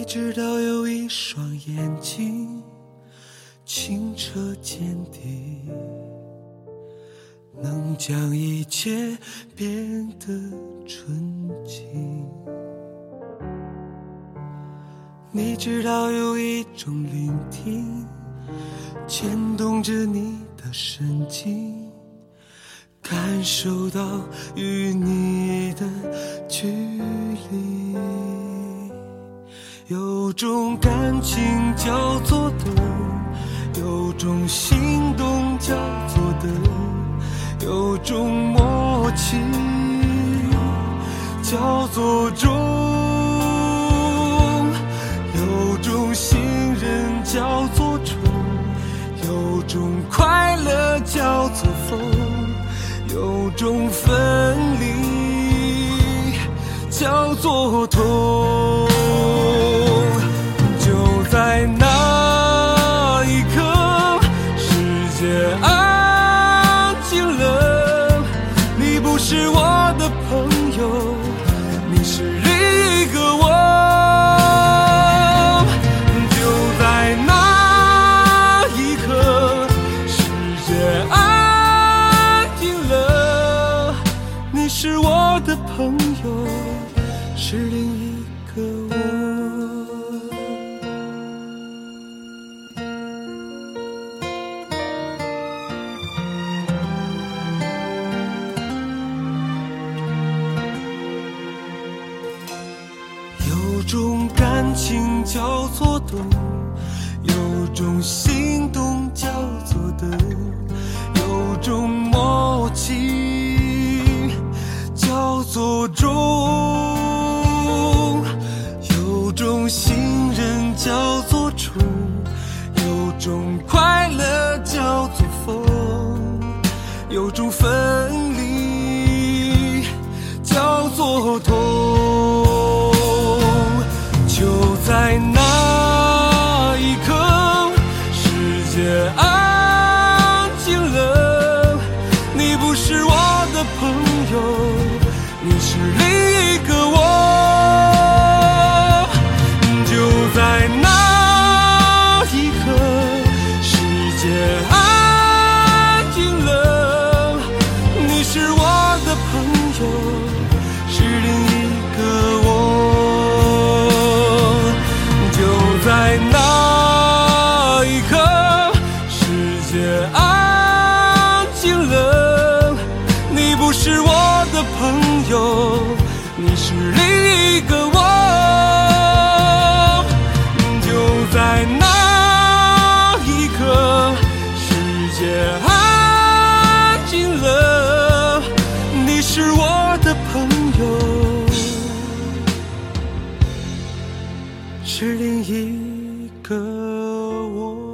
知道有一双眼睛清澈见底，能将一切变得纯净。你知道有一种聆听牵动着你的神经，感受到与你的距离。有种感情叫做懂，有种心动叫做得，有种默契叫做中，有种信任叫做宠，有种快乐叫做疯，有种分离叫做痛。就在那一刻，世界安静了，你不是我的朋友，你是另一个我。就在那一刻，世界安静了，你是我的朋友，是另一个我。有种感情叫做懂，有种心动叫做得，有种默契叫做中，有种信任叫做宠，有种快乐叫做疯，有种分离叫做痛。就在那一刻，世界安静了，你不是我的朋友，你是另一个我。就在那一刻，世界安静了，你是我的朋友，是另一个我。在那一刻，世界安静了，你不是我的朋友，你是另一个我。就在那一刻，世界安静了，你是我的朋友，是另一个我。